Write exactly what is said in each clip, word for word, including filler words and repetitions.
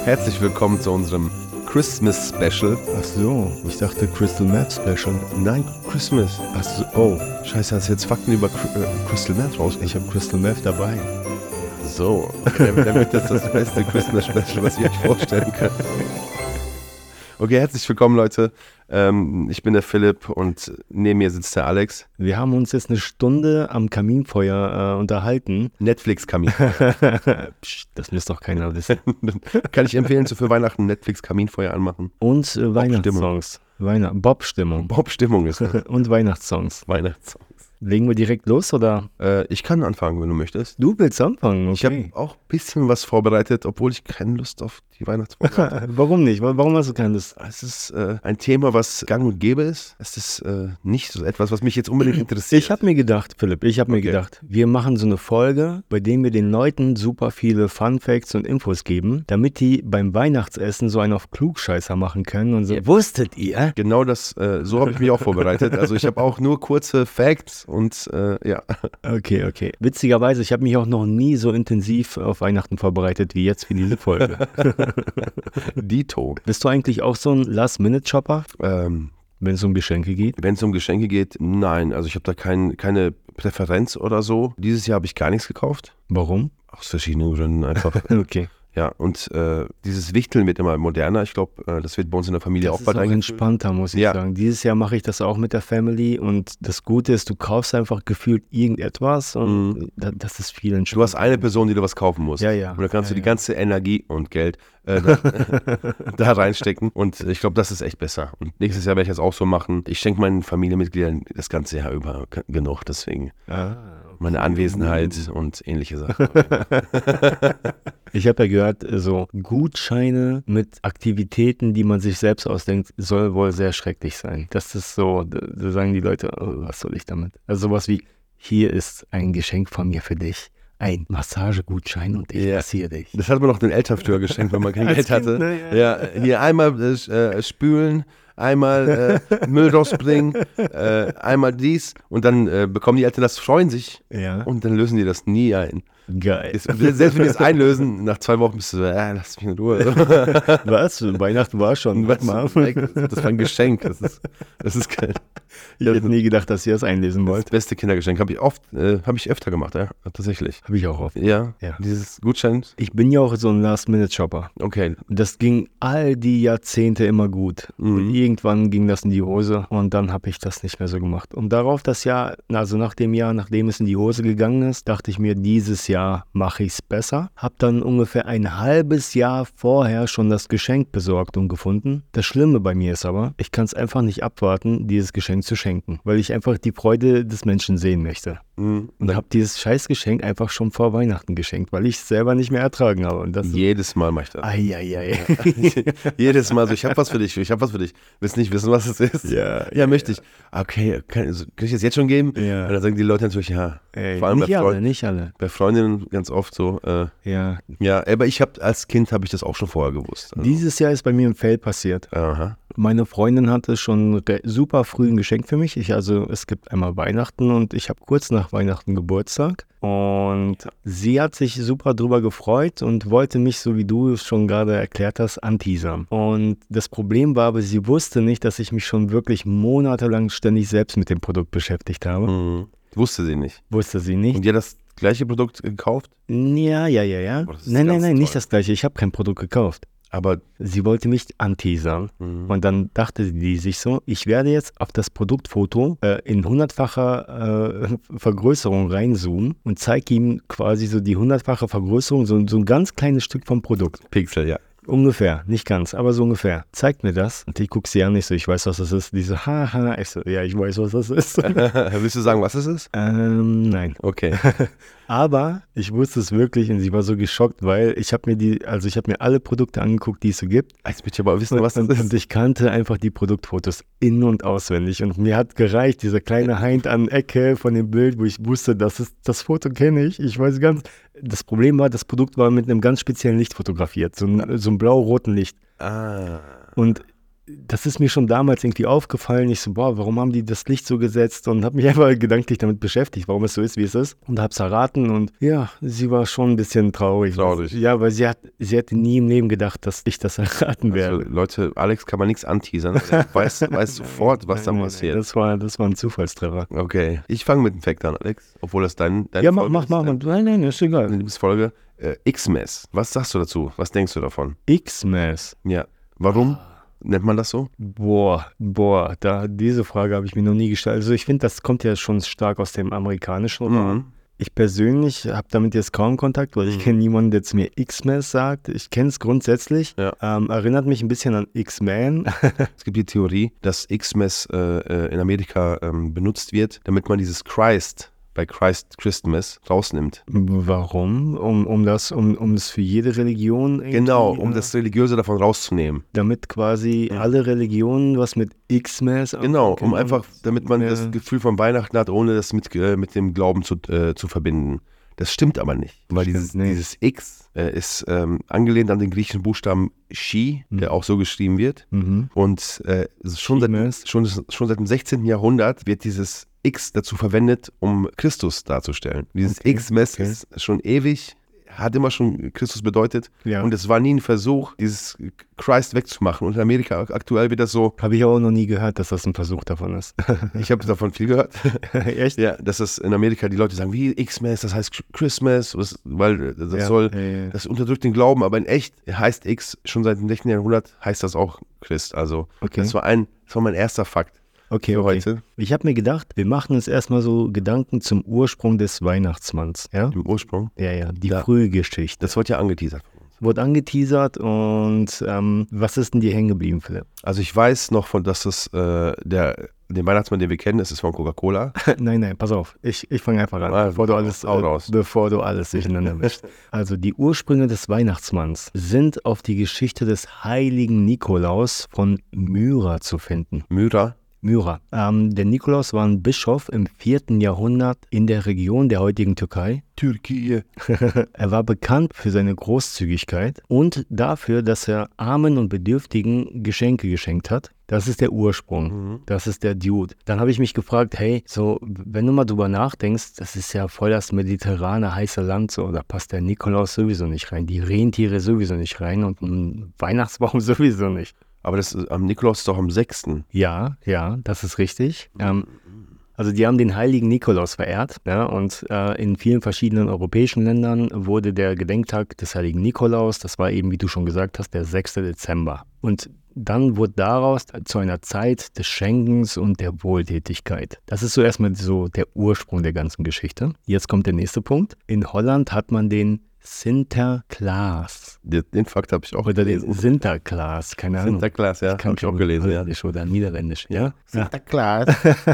Herzlich willkommen zu unserem Christmas Special. Ach so, ich dachte Crystal Meth Special. Nein, Christmas. Ach so, oh, Scheiße, hast du jetzt Fakten über äh, Crystal Meth raus? ich habe Crystal Meth dabei. So, damit, damit das das beste Christmas Special, was ihr euch vorstellen könnt. Okay, herzlich willkommen, Leute. Ähm, ich bin der Philipp und neben mir sitzt der Alex. Wir haben uns jetzt eine Stunde am Kaminfeuer äh, unterhalten. Netflix-Kamin. Psst, das müsste doch keiner wissen. Kann ich empfehlen, so für Weihnachten Netflix-Kaminfeuer anmachen. Und äh, Weihnachtssongs. Weihnacht- Bob-Stimmung. Bob-Stimmung ist das. Und Weihnachtssongs. Weihnachtssongs. Legen wir direkt los, oder? Äh, ich kann anfangen, wenn du möchtest. Du willst anfangen, okay. Ich habe auch ein bisschen was vorbereitet, obwohl ich keine Lust auf die Weihnachtsfolge habe. Warum nicht? Warum hast du keine Lust? Es ist äh, ein Thema, was gang und gäbe ist. Es ist äh, nicht so etwas, was mich jetzt unbedingt interessiert. Ich habe mir gedacht, Philipp, ich habe mir Okay. gedacht, wir machen so eine Folge, bei der wir den Leuten super viele Funfacts und Infos geben, damit die beim Weihnachtsessen so einen auf Klugscheißer machen können und so. Ja. Wusstet ihr? Genau das, äh, so habe ich mich auch vorbereitet. Also ich habe auch nur kurze Facts und äh, ja. Okay, okay. Witzigerweise, ich habe mich auch noch nie so intensiv auf Weihnachten vorbereitet wie jetzt für diese Folge. Dito. Bist du eigentlich auch so ein Last-Minute-Shopper, Ähm, wenn es um Geschenke geht? Wenn es um Geschenke geht, nein. Also ich habe da kein, keine Präferenz oder so. Dieses Jahr habe ich gar nichts gekauft. Warum? Aus verschiedenen Gründen einfach. Okay. Ja, und äh, dieses Wichteln wird immer moderner. Ich glaube, äh, das wird bei uns in der Familie Das auch ist bald auch eingeführt. entspannter, muss ich Ja. sagen. Dieses Jahr mache ich das auch mit der Family und das Gute ist, du kaufst einfach gefühlt irgendetwas und Mhm. da, das ist viel entspannter. Du hast eine Person, die du was kaufen musst. Ja, ja. Und dann kannst Ja, du die ja. ganze Energie und Geld äh, da, da reinstecken. Und ich glaube, das ist echt besser. Und nächstes Jahr werde ich das auch so machen. Ich schenke meinen Familienmitgliedern das ganze Jahr über k- genug. Deswegen Ah, okay. meine Anwesenheit und ähnliche Sachen. Ich habe ja gehört, so Gutscheine mit Aktivitäten, die man sich selbst ausdenkt, soll wohl sehr schrecklich sein. Das ist so, da da sagen die Leute, oh, was soll ich damit? Also sowas wie, hier ist ein Geschenk von mir für dich. Ein Massagegutschein und ich Ja. massiere dich. Das hat man noch den Eltern früher geschenkt, wenn man kein Als Geld Kind, hatte. ne? Ja. Ja, hier einmal äh, sch- äh, spülen, einmal äh, Müll rausbringen, äh, einmal dies. Und dann äh, bekommen die Eltern das, freuen sich. Ja, Und dann lösen die das nie ein. geil. Jetzt, selbst wenn die es einlösen, nach zwei Wochen bist du so, äh, lass mich in Ruhe. Was? Weihnachten war schon. Was? Warte mal. Das war ein Geschenk. Das ist, das ist geil. Ich hätte nie gedacht, dass ihr das einlesen Das wollt. beste Kindergeschenk habe ich oft, äh, habe ich öfter gemacht, ja, tatsächlich. Habe ich auch oft. Ja, Ja. dieses Gutschein, Ich bin ja auch so ein Last-Minute-Shopper. okay. Das ging all die Jahrzehnte immer gut. Und Mhm. irgendwann ging das in die Hose und dann habe ich das nicht mehr so gemacht. Und darauf das Jahr, also nach dem Jahr, nachdem es in die Hose gegangen ist, dachte ich mir, dieses Jahr mache ich es besser. Habe dann ungefähr ein halbes Jahr vorher schon das Geschenk besorgt und gefunden. Das Schlimme bei mir ist aber, ich kann es einfach nicht abwarten, dieses Geschenk zu schenken, weil ich einfach die Freude des Menschen sehen möchte. Mhm. Und habe dieses Scheißgeschenk einfach schon vor Weihnachten geschenkt, weil ich es selber nicht mehr ertragen habe. Und das Jedes Mal mache ich das. Eieiei. Jedes Mal so, ich habe was für dich, ich habe was für dich. Willst nicht wissen, was es ist? Ja, Ja, möchte ich. Okay, kann, also, kann ich das jetzt schon geben? Ja. Und dann sagen die Leute natürlich, ja. Ey, Vor allem nicht bei, alle, Freund, nicht alle. bei Freundinnen ganz oft so. Äh, Ja. ja, aber ich habe als Kind habe ich das auch schon vorher gewusst. Also, Dieses Jahr ist bei mir ein Fail passiert. aha. Meine Freundin hatte schon re- super früh ein Geschenk für mich. Ich, also es gibt einmal Weihnachten und ich habe kurz nach Weihnachten Geburtstag. Und sie hat sich super drüber gefreut und wollte mich, so wie du es schon gerade erklärt hast, anteasern. Und das Problem war aber, sie wusste nicht, dass ich mich schon wirklich monatelang ständig selbst mit dem Produkt beschäftigt habe. Mhm. Wusste sie nicht. Wusste sie nicht. Und die hat das gleiche Produkt gekauft, Ja, ja, ja, ja. Oh, das ist Nein, nein, ganz nein, toll. nicht das gleiche. Ich habe kein Produkt gekauft. aber Sie wollte mich anteasern. mhm. Und dann dachte die sich so, ich werde jetzt auf das Produktfoto äh, in hundertfacher äh, Vergrößerung reinzoomen und zeige ihm quasi so die hundertfache Vergrößerung, so, so ein ganz kleines Stück vom Produkt. Pixel, ja. Ungefähr, nicht ganz, aber so ungefähr. Zeigt mir das. Und ich gucke sie an, ich so, ich weiß, was das ist. Die so, haha, ich so, ja, ich weiß, was das ist. Willst du sagen, was es ist? ähm, nein. Okay. Aber ich wusste es wirklich und sie war so geschockt, weil ich habe mir die, also ich habe mir alle Produkte angeguckt, die es so gibt. Jetzt möchte ich aber wissen, was das und, ist. und ich kannte einfach die Produktfotos in- und auswendig. Und mir hat gereicht, dieser kleine Heint an Ecke von dem Bild, wo ich wusste, das ist das Foto kenne ich. Ich weiß ganz. Das Problem war, das Produkt war mit einem ganz speziellen Licht fotografiert, so, ein, so einem blau-roten Licht. Ah. Und das ist mir schon damals irgendwie aufgefallen. Ich so, boah, warum haben die das Licht so gesetzt? Und habe mich einfach gedanklich damit beschäftigt, warum es so ist, wie es ist. Und habe es erraten. Und ja, sie war schon ein bisschen traurig. Traurig. Ja, weil sie hat, sie hätte nie im Leben gedacht, dass ich das erraten werde. Also, Leute, Alex kann man nichts anteasern. Er weiß, weiß sofort, was da Nein, nein, passiert. nein, das war, das war ein Zufallstreffer. Okay, ich fange mit dem Fact an, Alex. Obwohl das dein, dein Ja, mach, mach, mach. Nein, nein, ist egal. Deine Lieblingsfolge. Äh, X-Mess. Was sagst du dazu? Was denkst du davon? X-Mess. Ja. Warum nennt man das so? Boah, boah, da, diese Frage habe ich mir noch nie gestellt. Also ich finde, das kommt ja schon stark aus dem amerikanischen Raum. Mhm. Ich persönlich habe damit jetzt kaum Kontakt, weil ich Mhm. kenne niemanden, der zu mir X-Mess sagt. Ich kenne es grundsätzlich. Ja. Ähm, erinnert mich ein bisschen an X-Men. Es gibt die Theorie, dass X-Mess äh, äh, in Amerika ähm, benutzt wird, damit man dieses Christ bei Christ Christmas rausnimmt. Warum? Um, um das, um, um es für jede Religion irgendwie, Genau, um äh, das Religiöse davon rauszunehmen. damit quasi Ja. alle Religionen was mit X-Mess Genau, anfangen um können. einfach, damit man Ja. das Gefühl von Weihnachten hat, ohne das mit, äh, mit dem Glauben zu, äh, zu verbinden. Das stimmt aber nicht, weil Stimmt dieses, nicht. dieses X äh, ist ähm, angelehnt an den griechischen Buchstaben Chi, der auch so geschrieben wird. Mhm. Und äh, es ist schon, seit, Chi-Mess. schon, schon seit dem sechzehnten. Jahrhundert wird dieses X dazu verwendet, um Christus darzustellen. Dieses Okay, X-Mess okay. ist schon ewig, hat immer schon Christus bedeutet. Ja. Und es war nie ein Versuch, dieses Christ wegzumachen. Und in Amerika aktuell wird das so, Habe ich auch noch nie gehört, dass das ein Versuch davon ist. ich habe davon viel gehört. Echt? Ja, dass es in Amerika die Leute sagen, wie X-Mess, das heißt Christmas, was, weil das Ja, soll, ja, ja. das unterdrückt den Glauben, aber in echt heißt X, schon seit dem sechzehnten. Jahrhundert heißt das auch Christ. Also Okay. das war ein, das war mein erster Fakt Okay, für okay. heute. Ich habe mir gedacht, wir machen uns erstmal so Gedanken zum Ursprung des Weihnachtsmanns. Ja, Im Ursprung. ja, ja, die Ja. frühe Geschichte. Das wird ja angeteasert von uns. Wurde angeteasert und ähm, was ist denn dir hängen geblieben, Philipp? Also ich weiß noch von, dass es äh, der, den Weihnachtsmann, den wir kennen, das ist von Coca-Cola. nein, nein, pass auf. Ich, ich fange einfach an, Ah, bevor du alles, hau raus. bevor du alles durcheinander mischst. Also die Ursprünge des Weihnachtsmanns sind auf die Geschichte des heiligen Nikolaus von Myra zu finden. Myra. Myra. Ähm, der Nikolaus war ein Bischof im vierten. Jahrhundert in der Region der heutigen Türkei. Türkei. Er war bekannt für seine Großzügigkeit und dafür, dass er Armen und Bedürftigen Geschenke geschenkt hat. Das ist der Ursprung. Mhm. Das ist der Dude. Dann habe ich mich gefragt, hey, so, wenn du mal drüber nachdenkst, das ist ja voll das mediterrane, heiße Land, so, da passt der Nikolaus sowieso nicht rein, die Rentiere sowieso nicht rein und ein Weihnachtsbaum sowieso nicht. Aber das ist, am Nikolaus ist doch am sechsten. Ja, ja, das ist richtig. Ähm, also die haben den heiligen Nikolaus verehrt, ja, und äh, in vielen verschiedenen europäischen Ländern wurde der Gedenktag des heiligen Nikolaus, das war eben, wie du schon gesagt hast, der sechste Dezember. Und dann wurde daraus zu einer Zeit des Schenkens und der Wohltätigkeit. Das ist so erstmal so der Ursprung der ganzen Geschichte. Jetzt kommt der nächste Punkt. In Holland hat man den Sinterklaas. Den, den Fakt habe ich auch Oder den gelesen. Sinterklaas, keine Ahnung. Sinterklaas, ja, habe ich auch gelesen. Ja. Holländisch oder Niederländisch, ja? Sinterklaas.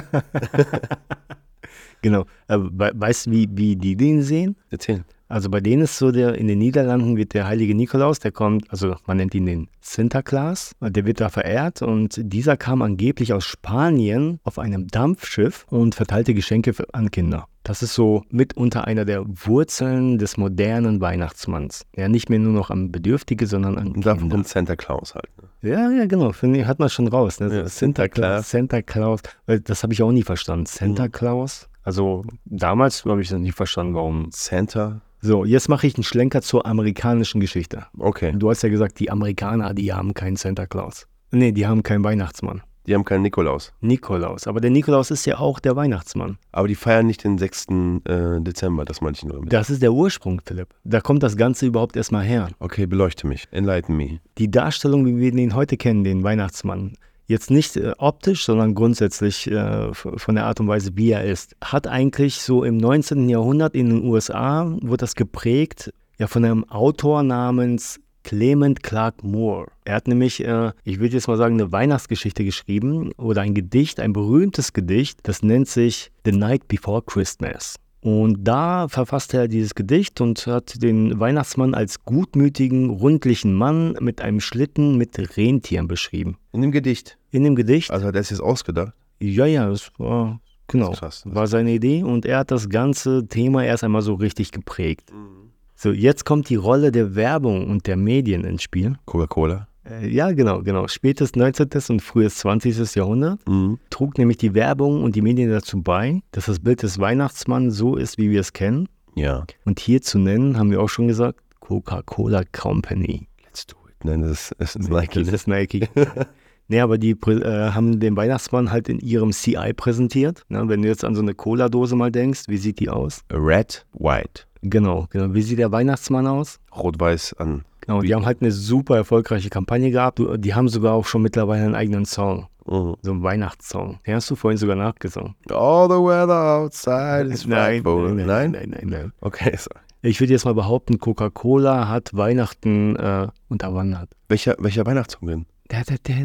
Genau. Äh, we weißt du, wie, wie die den sehen? Erzähl. Also bei denen ist so, der in den Niederlanden wird der heilige Nikolaus, der kommt, also man nennt ihn den Sinterklaas, der wird da verehrt und dieser kam angeblich aus Spanien auf einem Dampfschiff und verteilte Geschenke für, an Kinder. Das ist so mitunter einer der Wurzeln des modernen Weihnachtsmanns. Ja, nicht mehr nur noch an Bedürftige, sondern an Und davon Kinder. kommt Santa Claus halt. Ne? Ja, ja, genau. Finde ich, hat man schon raus. Ne? Ja, Santa Claus. Santa Claus. Weil Das habe ich auch nie verstanden. Santa Mhm. Claus. Also damals habe ich das nie verstanden, warum. Santa. So, jetzt mache ich einen Schlenker zur amerikanischen Geschichte. Okay. Du hast ja gesagt, die Amerikaner, die haben keinen Santa Claus. Nee, die haben keinen Weihnachtsmann. Die haben keinen Nikolaus. Nikolaus. Aber der Nikolaus ist ja auch der Weihnachtsmann. Aber die feiern nicht den sechsten Äh, Dezember, das meine ich nur damit. Das ist der Ursprung, Philipp. Da kommt das Ganze überhaupt erstmal her. Okay, beleuchte mich. Enlighten me. Die Darstellung, wie wir ihn heute kennen, den Weihnachtsmann, jetzt nicht äh, optisch, sondern grundsätzlich äh, f- von der Art und Weise, wie er ist, hat eigentlich so im neunzehnten. Jahrhundert in den U S A, wurde das geprägt ja, von einem Autor namens Clement Clark Moore. Er hat nämlich, äh, ich würde jetzt mal sagen, eine Weihnachtsgeschichte geschrieben oder ein Gedicht, ein berühmtes Gedicht, das nennt sich The Night Before Christmas. Und da verfasste er dieses Gedicht und hat den Weihnachtsmann als gutmütigen, rundlichen Mann mit einem Schlitten mit Rentieren beschrieben. In dem Gedicht. In dem Gedicht, Also hat er es jetzt ausgedacht. ja, ja, das war, genau, Das ist krass. war seine Idee und er hat das ganze Thema erst einmal so richtig geprägt. So, jetzt kommt die Rolle der Werbung und der Medien ins Spiel. Coca-Cola. Äh, ja, genau, genau. Spätes neunzehnten und frühes zwanzigsten Jahrhundert Mhm. trug nämlich die Werbung und die Medien dazu bei, dass das Bild des Weihnachtsmanns so ist, wie wir es kennen. Ja. Und hier zu nennen, haben wir auch schon gesagt, Coca-Cola Company. Let's do it. Nein, das ist, das ist Nike. Das ist Nike. Nee, aber die prä- äh, haben den Weihnachtsmann halt in ihrem C I präsentiert. Ne? Wenn du jetzt an so eine Cola-Dose mal denkst, wie sieht die aus? Red, White. Genau, genau. Wie sieht der Weihnachtsmann aus? Rot-Weiß an. Genau, die haben halt eine super erfolgreiche Kampagne gehabt. Du- Die haben sogar auch schon mittlerweile einen eigenen Song. Mhm. So einen Weihnachtssong. Den hast du vorhin sogar nachgesungen. All the weather outside is Nein, frightful. nein, nein, nein, nein, nein. Okay, so. Ich würde jetzt mal behaupten, Coca-Cola hat Weihnachten äh, unterwandert. Welcher, welcher Weihnachtssong denn? Ja,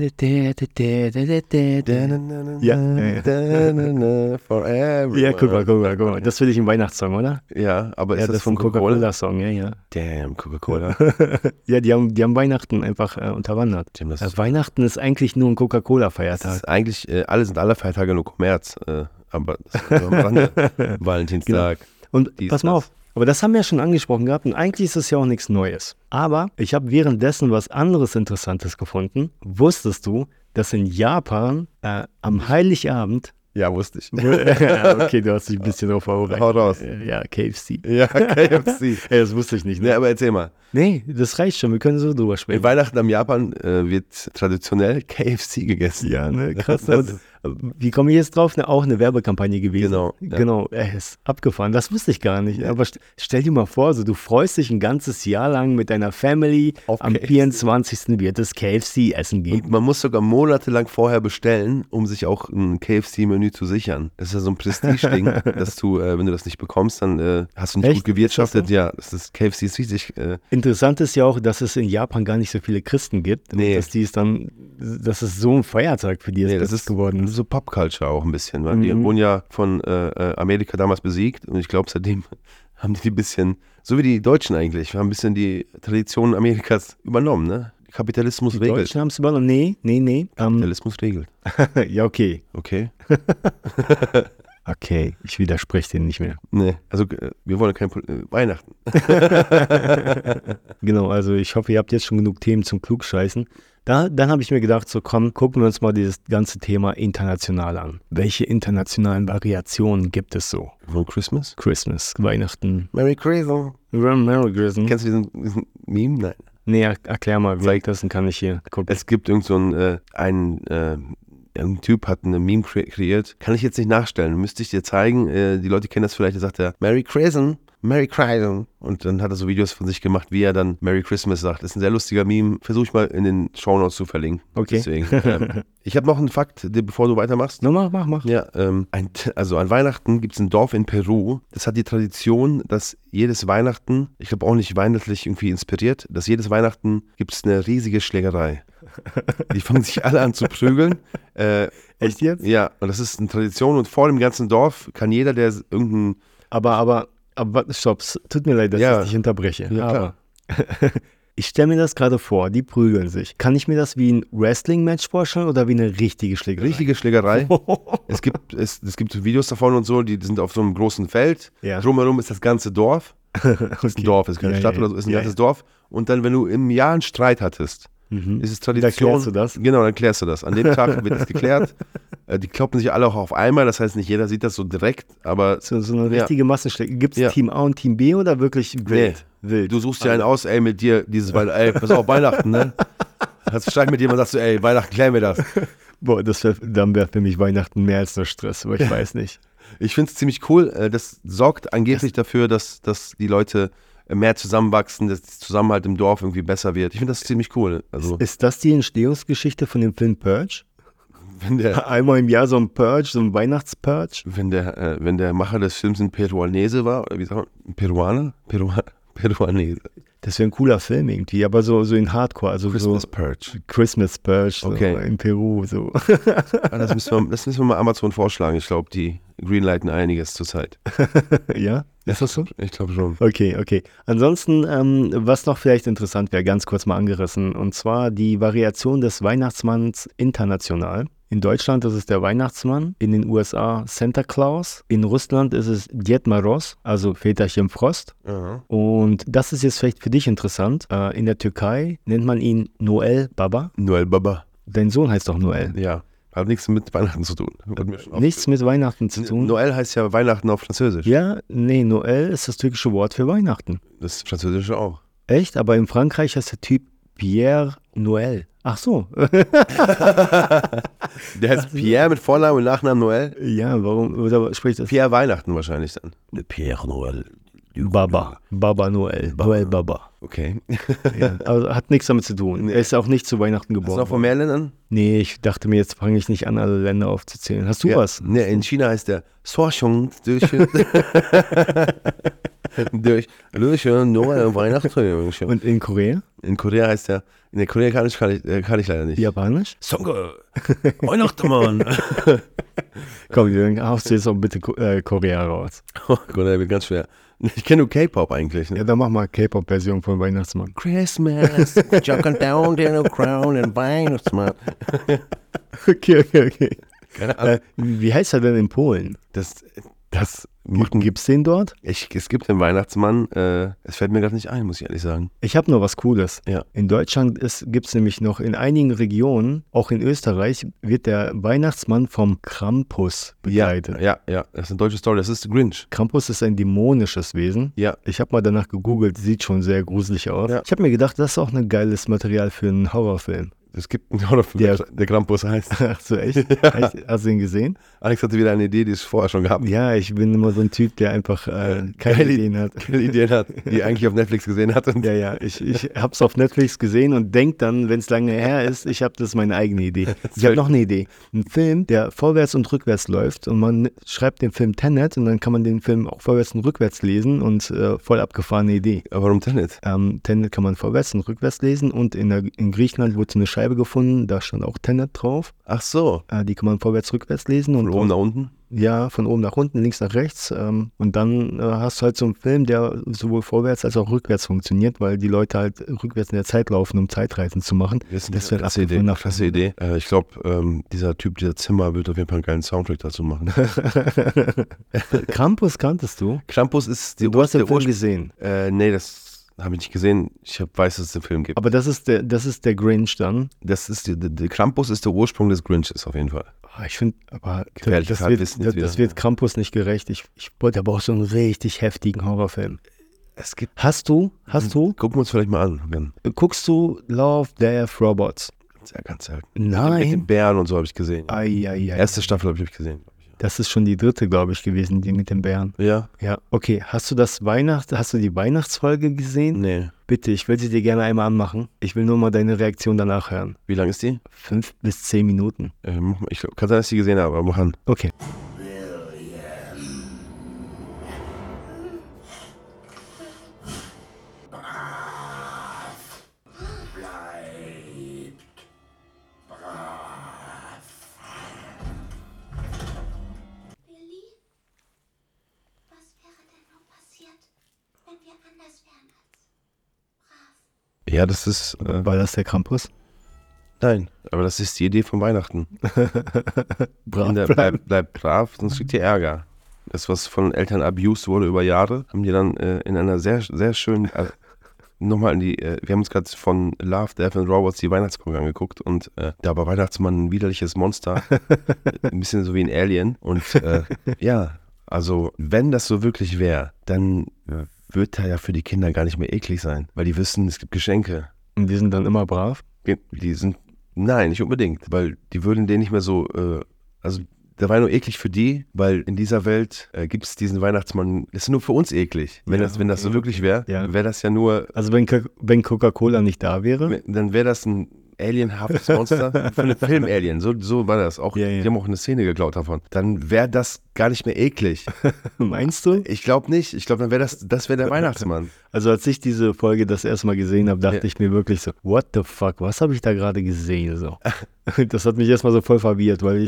ja. Forever. ja, guck mal, guck mal, guck mal. Das finde ich ein Weihnachtssong, oder? Ja, aber ist Ja, das, das ist von ein Coca-Cola? Coca-Cola-Song, ja, ja. Damn, Coca-Cola. Ja, die haben, die haben Weihnachten einfach äh, unterwandert. Damn, das Äh, ist, Weihnachten ist eigentlich nur ein das Coca-Cola-Feiertag. ist eigentlich, äh, alle sind alle Feiertage nur Kommerz. Äh, aber das ist nur am Rande. Valentinstag. Und dies, pass mal das. auf, aber das haben wir ja schon angesprochen gehabt und eigentlich ist das ja auch nichts Neues. Aber ich habe währenddessen was anderes Interessantes gefunden. Wusstest du, dass in Japan äh, am Heiligabend Ja, wusste ich. okay, du hast dich ein bisschen drauf vorbereitet. Hau raus. Ja, K F C. Ja, K F C. Ey, das wusste ich nicht. Ne, Ne? aber erzähl mal. Nee, das reicht schon. Wir können so drüber In sprechen. Weihnachten am Japan äh, wird traditionell K F C gegessen. Ja, ne, krass. Das Und, wie komme ich jetzt drauf? Ne, auch eine Werbekampagne gewesen. Genau, ja. Genau, ey, ist abgefahren. Das wusste ich gar nicht. Aber st stell dir mal vor, so, du freust dich ein ganzes Jahr lang mit deiner Family. Auf Am K F C. vierundzwanzigsten wird es K F C essen geben. Und man muss sogar monatelang vorher bestellen, um sich auch ein K F C-Menü zu sichern. Das ist ja so ein Prestige-Ding, dass du, äh, wenn du das nicht bekommst, dann äh, hast du nicht Echt? gut gewirtschaftet. Ist das so? Ja, das ist, K F C ist richtig. Äh, Interessant ist ja auch, dass es in Japan gar nicht so viele Christen gibt. Und Nee. Dass die es dann, dass es so ein Feiertag für die ist, nee, das das ist geworden ist. so Pop-Culture auch ein bisschen. Weil Die Mhm. wurden ja von äh, äh, Amerika damals besiegt und ich glaube, seitdem haben die ein bisschen, so wie die Deutschen eigentlich, haben ein bisschen die Traditionen Amerikas übernommen. Ne? Kapitalismus Die regelt. Deutschen haben es übernommen. Nee, nee, nee. Ähm, Kapitalismus regelt. ja, okay. Okay? Okay, ich widerspreche denen nicht mehr. Nee, also äh, wir wollen kein Pol- äh, Weihnachten. Genau, also ich hoffe, ihr habt jetzt schon genug Themen zum Klugscheißen. Da, dann habe ich mir gedacht, so komm, gucken wir uns mal dieses ganze Thema international an. Welche internationalen Variationen gibt es so? Von Christmas? Christmas, Weihnachten, Merry Christmas. Merry Christmas. Kennst du diesen, diesen Meme? Nein. Nee, er- erklär mal, wie Zeig. ich das dann kann ich hier gucken. Es gibt irgend so einen, äh, einen, äh, ein Typ hat eine Meme kre kreiert. Kann ich jetzt nicht nachstellen. Müsste ich dir zeigen. Äh, die Leute kennen das vielleicht. Da sagt er, Merry Christmas. Merry Christmas. Und dann hat er so Videos von sich gemacht, wie er dann Merry Christmas sagt. Das ist ein sehr lustiger Meme. Versuche ich mal in den Shownotes zu verlinken. Okay. Deswegen, ähm, ich habe noch einen Fakt, der- bevor du weitermachst. No, mach, mach, mach. Ja, ähm, ein, also an Weihnachten gibt es ein Dorf in Peru, das hat die Tradition, dass jedes Weihnachten, ich glaube auch nicht weihnachtlich irgendwie inspiriert, dass jedes Weihnachten gibt es eine riesige Schlägerei. Die fangen sich alle an zu prügeln. Äh, Echt jetzt? ja, und das ist eine Tradition und vor dem ganzen Dorf kann jeder, der irgendein, Aber, aber, aber, stopp, es tut mir leid, dass Ja. ich dich unterbreche. Ja, aber ich stelle mir das gerade vor, die prügeln sich. Kann ich mir das wie ein Wrestling-Match vorstellen oder wie eine richtige Schlägerei? richtige Schlägerei. es, gibt, es, es gibt Videos davon und so, die sind auf so einem großen Feld. Ja. Drumherum ist das ganze Dorf. Das ist ein Dorf, ist keine Ja, Stadt ja, oder so, ist ein ja, ganzes Dorf. Und dann, wenn du im Jahr einen Streit hattest, Mhm. ist es Da Tradition. klärst du das? Genau, dann klärst du das. An dem Tag wird das geklärt. Äh, die kloppen sich alle auch auf einmal, das heißt, nicht jeder sieht das so direkt, aber So, so eine Ja. richtige Massenschlägerei. Gibt es Ja. Team A und Team B oder wirklich wild? Wild. du suchst dir einen aus, ey, mit dir dieses Weihnachten, ey, pass auf, Weihnachten, ne? Hast du Streit mit jemandem, sagst du, ey, Weihnachten, klären wir das. Boah, das wär, dann wäre für mich Weihnachten mehr als nur Stress, aber ich weiß nicht. Ich finde es ziemlich cool. äh, Das sorgt angeblich dafür, dass, dass die Leute äh, mehr zusammenwachsen, dass der Zusammenhalt im Dorf irgendwie besser wird. Ich finde das ziemlich cool. Also, Ist das die Entstehungsgeschichte von dem Film Purge? wenn der, Einmal im Jahr so ein Purge, so ein Weihnachtspurge? wenn der, äh, wenn der Macher des Films ein Peruanese war, oder wie sagt man, Peruaner? Perua Peruanese. Das wäre ein cooler Film irgendwie, aber so, so in Hardcore, also Christmas so Purge. Christmas Purge so Okay. in Peru. So. Ah, das, müssen wir, das müssen wir mal Amazon vorschlagen. Ich glaube, die greenlighten einiges zurzeit. Ja? Ist das so? Ich glaube schon. Okay, okay. Ansonsten, ähm, was noch vielleicht interessant wäre, ganz kurz mal angerissen, und zwar die Variation des Weihnachtsmanns international. In Deutschland ist es der Weihnachtsmann, in den U S A Santa Claus, in Russland ist es Dед Moroz, also Väterchen Frost. Aha. Und das ist jetzt vielleicht für dich interessant. Äh, in der Türkei nennt man ihn Noel Baba. Noel Baba. Dein Sohn heißt doch Noel. Ja. Hat nichts mit Weihnachten zu tun. Wird mir schon Nichts mit Weihnachten zu tun. Noel heißt ja Weihnachten auf Französisch. Ja, nee, Noel ist das türkische Wort für Weihnachten. Das Französische auch. Echt? Aber in Frankreich heißt der Typ Pierre Noel. Ach so. Der heißt Pierre mit Vornamen und Nachnamen Noel. Ja, warum oder spricht das? Pierre Weihnachten wahrscheinlich dann. Pierre Noel. Baba. Baba Noel. Noel Baba. Okay. Ja, also hat nichts damit zu tun. Er ist auch nicht zu Weihnachten Hast du geboren. noch von mehr Ländern? Nee, ich dachte mir, jetzt fange ich nicht an, alle Länder aufzuzählen. Hast du Ja. was? Ne, in China heißt der Sochong durch durch durch Noel Weihnachten. Und in Korea? In Korea heißt der, in der Korea kann ich, kann ich, äh, kann ich leider nicht. Japanisch? Songe, Weihnachten, Mann. Komm, dann haust du jetzt auch bitte Ko- äh, Korea raus. Oh Gott, der wird ganz schwer. Ich kenne nur K-Pop eigentlich. Ne? Ja, dann mach mal K-Pop-Version von Weihnachtsmann. Christmas, jumping down in a crown and Weihnachtsmann. Okay, okay, okay. Keine Ahnung. Äh, wie heißt er denn in Polen? Das, das macht ein, Gibt's den dort? ich, es gibt den Weihnachtsmann, äh, es fällt mir gerade nicht ein, muss ich ehrlich sagen. Ich habe noch was Cooles. Ja. In Deutschland gibt es nämlich noch in einigen Regionen, auch in Österreich, wird der Weihnachtsmann vom Krampus begleitet. Ja, ja, das ist eine deutsche Story, das ist The Grinch. Krampus ist ein dämonisches Wesen. Ja. Ich habe mal danach gegoogelt, sieht schon sehr gruselig aus. Ja. Ich habe mir gedacht, das ist auch ein geiles Material für einen Horrorfilm. Es gibt einen Horrorfilm, Der- der, der Krampus heißt. Ach so, echt? Ja. Hast du ihn gesehen? Alex hatte wieder eine Idee, die es vorher schon gehabt. Ja, ich bin immer so ein Typ, der einfach äh, keine Geile- Ideen hat. Viele Ideen hat, die er eigentlich auf Netflix gesehen hat. Und Ja, ja, ich, ich habe es auf Netflix gesehen und denke dann, wenn es lange her ist, ich habe das meine eigene Idee. Ich habe noch eine Idee. Ein Film, der vorwärts und rückwärts läuft und man schreibt den Film Tenet und dann kann man den Film auch vorwärts und rückwärts lesen und äh, voll abgefahrene Idee. Aber warum Tenet? Ähm, Tenet kann man vorwärts und rückwärts lesen und in, der, in Griechenland wurde so eine Scheibe gefunden, da stand auch Tenet drauf. Ach so, Äh, die kann man vorwärts, rückwärts lesen. von Und oben nach unten? Ja, von oben nach unten, links nach rechts. Ähm, und dann äh, hast du halt so einen Film, der sowohl vorwärts als auch rückwärts funktioniert, weil die Leute halt rückwärts in der Zeit laufen, um Zeitreisen zu machen. Das ist Das eine wird klasse Idee. abgefahren nach- Klasse Idee. Äh, ich glaube, ähm, dieser Typ, dieser Zimmer wird auf jeden Fall einen geilen Soundtrack dazu machen. Krampus kanntest du? Krampus ist die Du hast den der Film Ursprung- gesehen. Äh, nee, das habe ich nicht gesehen. Ich hab, weiß, dass es den Film gibt. Aber das ist der, das ist der Grinch dann. Das ist die, die, die Krampus ist der Ursprung des Grinches auf jeden Fall. Ah, Ich finde, aber Gefährlich das, Halbwissen wird, jetzt das, wieder. das wird Krampus nicht gerecht. Ich, ich wollte aber auch so einen richtig heftigen Horrorfilm. Es gibt. Hast du, hast du, Gucken wir uns vielleicht mal an. Dann. guckst du Love, Death, Robots? Sehr ganz selten. Mit den Nein. Bären und so habe ich gesehen. Ai, ai, ai. Erste Staffel habe ich gesehen. Das ist schon die dritte, glaube ich, gewesen, die mit den Bären. Ja? Ja, okay. Hast du das Weihnacht, hast du die Weihnachtsfolge gesehen? Nee. Bitte, ich will sie dir gerne einmal anmachen. Ich will nur mal deine Reaktion danach hören. Wie lang ist die? Fünf bis zehn Minuten. Äh, mach mal- ich glaub, kann sein, dass ich die gesehen habe, aber mach an. Okay. Willi, was wäre denn nur passiert, wenn wir anders wären als brav? Ja, das ist. Äh, War das der Krampus? nein, aber das ist die Idee von Weihnachten. Brav Kinder, bleiben. bleib, bleib brav, sonst kriegt ihr Ärger. Das, was von Eltern abused wurde über Jahre, haben die dann äh, in einer sehr, sehr schönen. Äh, Nochmal in die. Äh, wir haben uns gerade von Love, Death and Robots die Weihnachtsfolge angeguckt und äh, da war Weihnachtsmann ein widerliches Monster. Ein bisschen so wie ein Alien. Und äh, ja, also, wenn das so wirklich wäre, dann äh, wird er ja für die Kinder gar nicht mehr eklig sein, weil die wissen, es gibt Geschenke. Und die sind dann immer brav? Die sind. Nein, nicht unbedingt, weil die würden den nicht mehr so, äh, also der war nur eklig für die, weil in dieser Welt äh, gibt es diesen Weihnachtsmann, das ist nur für uns eklig. Wenn, Ja, das, wenn das so okay. wirklich wäre, Ja. wäre das ja nur, Also wenn, Co- wenn Coca-Cola nicht da wäre? dann wäre das ein alienhaftes Monster für einen Film-Alien, so, so war das. Auch, Ja, ja. Die haben auch eine Szene geklaut davon. Dann wäre das gar nicht mehr eklig. Meinst du? Ich glaube nicht, ich glaube, dann wäre das, das wäre der Weihnachtsmann. Also als ich diese Folge das erste Mal gesehen habe, dachte Ja. ich mir wirklich so, what the fuck, was habe ich da gerade gesehen? So. Das hat mich erstmal so voll verwirrt, weil ich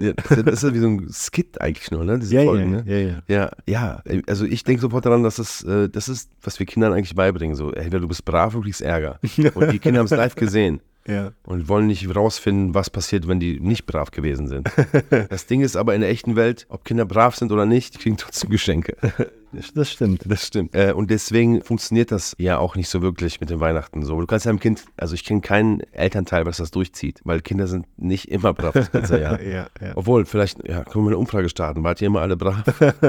Ja, das ist- das ist wie so ein Skit eigentlich nur, ne? Diese Ja, Folgen, ja, ne? ja, ja. Ja, ja, also ich denke sofort daran, dass es, äh, das ist, was wir Kindern eigentlich beibringen. So, entweder du bist brav, du kriegst Ärger. Und die Kinder haben es live gesehen Ja. und wollen nicht rausfinden, was passiert, wenn die nicht brav gewesen sind. Das Ding ist aber in der echten Welt, ob Kinder brav sind oder nicht, die kriegen trotzdem Geschenke. Das stimmt. Das stimmt. Äh, und deswegen funktioniert das ja auch nicht so wirklich mit den Weihnachten so. Du kannst deinem Kind, also ich kenne keinen Elternteil, was das durchzieht, weil Kinder sind nicht immer brav das ganze Jahr. Ja, ja. Obwohl, vielleicht, ja, können wir eine Umfrage starten. Wart ihr immer alle brav?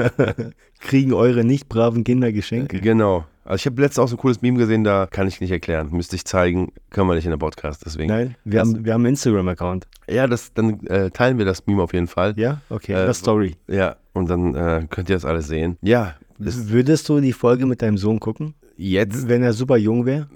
Kriegen eure nicht braven Kinder Geschenke? Genau. Also ich habe letztens auch so ein cooles Meme gesehen, da kann ich nicht erklären. Müsste ich zeigen, können wir nicht in der Podcast, deswegen. Nein, wir Das- haben, wir haben einen Instagram-Account. Ja, das, dann äh, teilen wir das Meme auf jeden Fall. Ja? Okay, Äh, das Story. Ja, und dann äh, könnt ihr das alles sehen. Ja, das, Würdest du die Folge mit deinem Sohn gucken, jetzt, wenn er super jung wäre?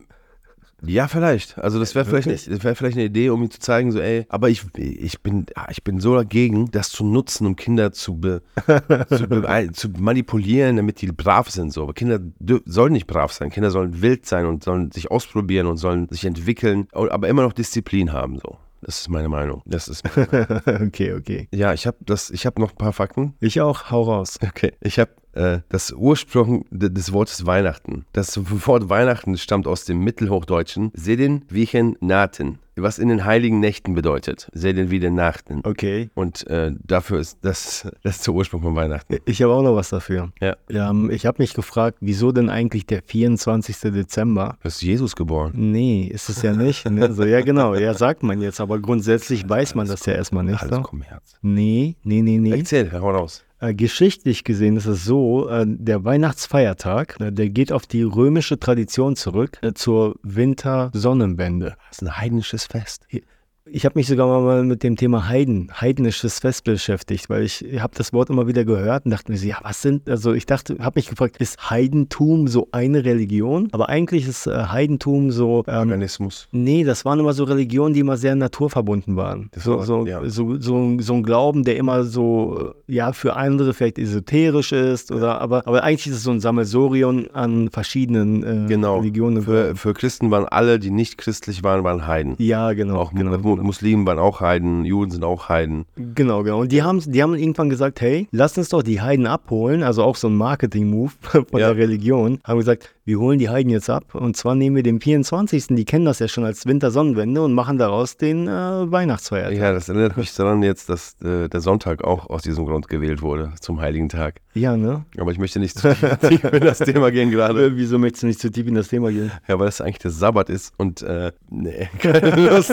ja, vielleicht. Also das wäre vielleicht, Wirklich? das wär vielleicht eine Idee, um ihm zu zeigen, so ey, aber ich, ich, bin, ah, ich bin so dagegen, das zu nutzen, um Kinder zu, be, zu, be, zu manipulieren, damit die brav sind. So. Aber Kinder dür- sollen nicht brav sein. Kinder sollen wild sein und sollen sich ausprobieren und sollen sich entwickeln, aber immer noch Disziplin haben. So. Das ist meine Meinung. Das ist Okay, okay. ja, ich habe das, ich habe noch ein paar Fakten. Ich auch, hau raus. Okay, ich habe äh, das Ursprung de- des Wortes Weihnachten. Das Wort Weihnachten stammt aus dem Mittelhochdeutschen Sedin Wichen Naten, was in den heiligen Nächten bedeutet. Sedin wie den Nachten. Okay. Und äh, dafür ist das, das ist der Ursprung von Weihnachten. Ich habe auch noch was dafür. Ja. Ähm, ich habe mich gefragt, wieso denn eigentlich der vierundzwanzigster Dezember? Da ist Jesus geboren. Nee, ist es ja nicht. Ne? So, ja, genau, ja, sagt man jetzt, aber grundsätzlich weiß man das ja erstmal nicht. Alles So. Kommerz. Nee, nee, nee, nee. Erzähl, hau raus. Äh, geschichtlich gesehen ist es so, äh, der Weihnachtsfeiertag, äh, der geht auf die römische Tradition zurück, äh, zur Wintersonnenwende. Das ist ein heidnisches Fest. Ich habe mich sogar mal mit dem Thema Heiden, heidnisches Fest beschäftigt, weil ich habe das Wort immer wieder gehört und dachte mir so, ja, was sind, also ich dachte, habe mich gefragt, ist Heidentum so eine Religion? Aber eigentlich ist äh, Heidentum so, ähm, Organismus. nee, das waren immer so Religionen, die immer sehr naturverbunden waren. Das So, war- so, ja. so, so, so ein Glauben, der immer so, äh, ja, für andere vielleicht esoterisch ist, oder, aber, aber eigentlich ist es so ein Sammelsurium an verschiedenen äh, Genau. Religionen. Für, für Christen waren alle, die nicht christlich waren, waren Heiden. ja, genau. Auch genau, Mu- Muslimen waren auch Heiden, Juden sind auch Heiden. Genau, genau. Und die haben, die haben irgendwann gesagt, hey, lass uns doch die Heiden abholen, also auch so ein Marketing-Move von Ja. der Religion. Haben gesagt, wir holen die Heiden jetzt ab und zwar nehmen wir den vierundzwanzigsten Die kennen das ja schon als Wintersonnenwende und machen daraus den äh, Weihnachtsfeiertag. Ja, das erinnert mich daran jetzt, dass äh, der Sonntag auch aus diesem Grund gewählt wurde, zum Heiligen Tag. Ja, ne? Aber ich möchte nicht zu tief in das Thema gehen gerade. Äh, Wieso möchtest du nicht zu tief in das Thema gehen? Ja, weil das eigentlich der Sabbat ist und äh, nee, keine Lust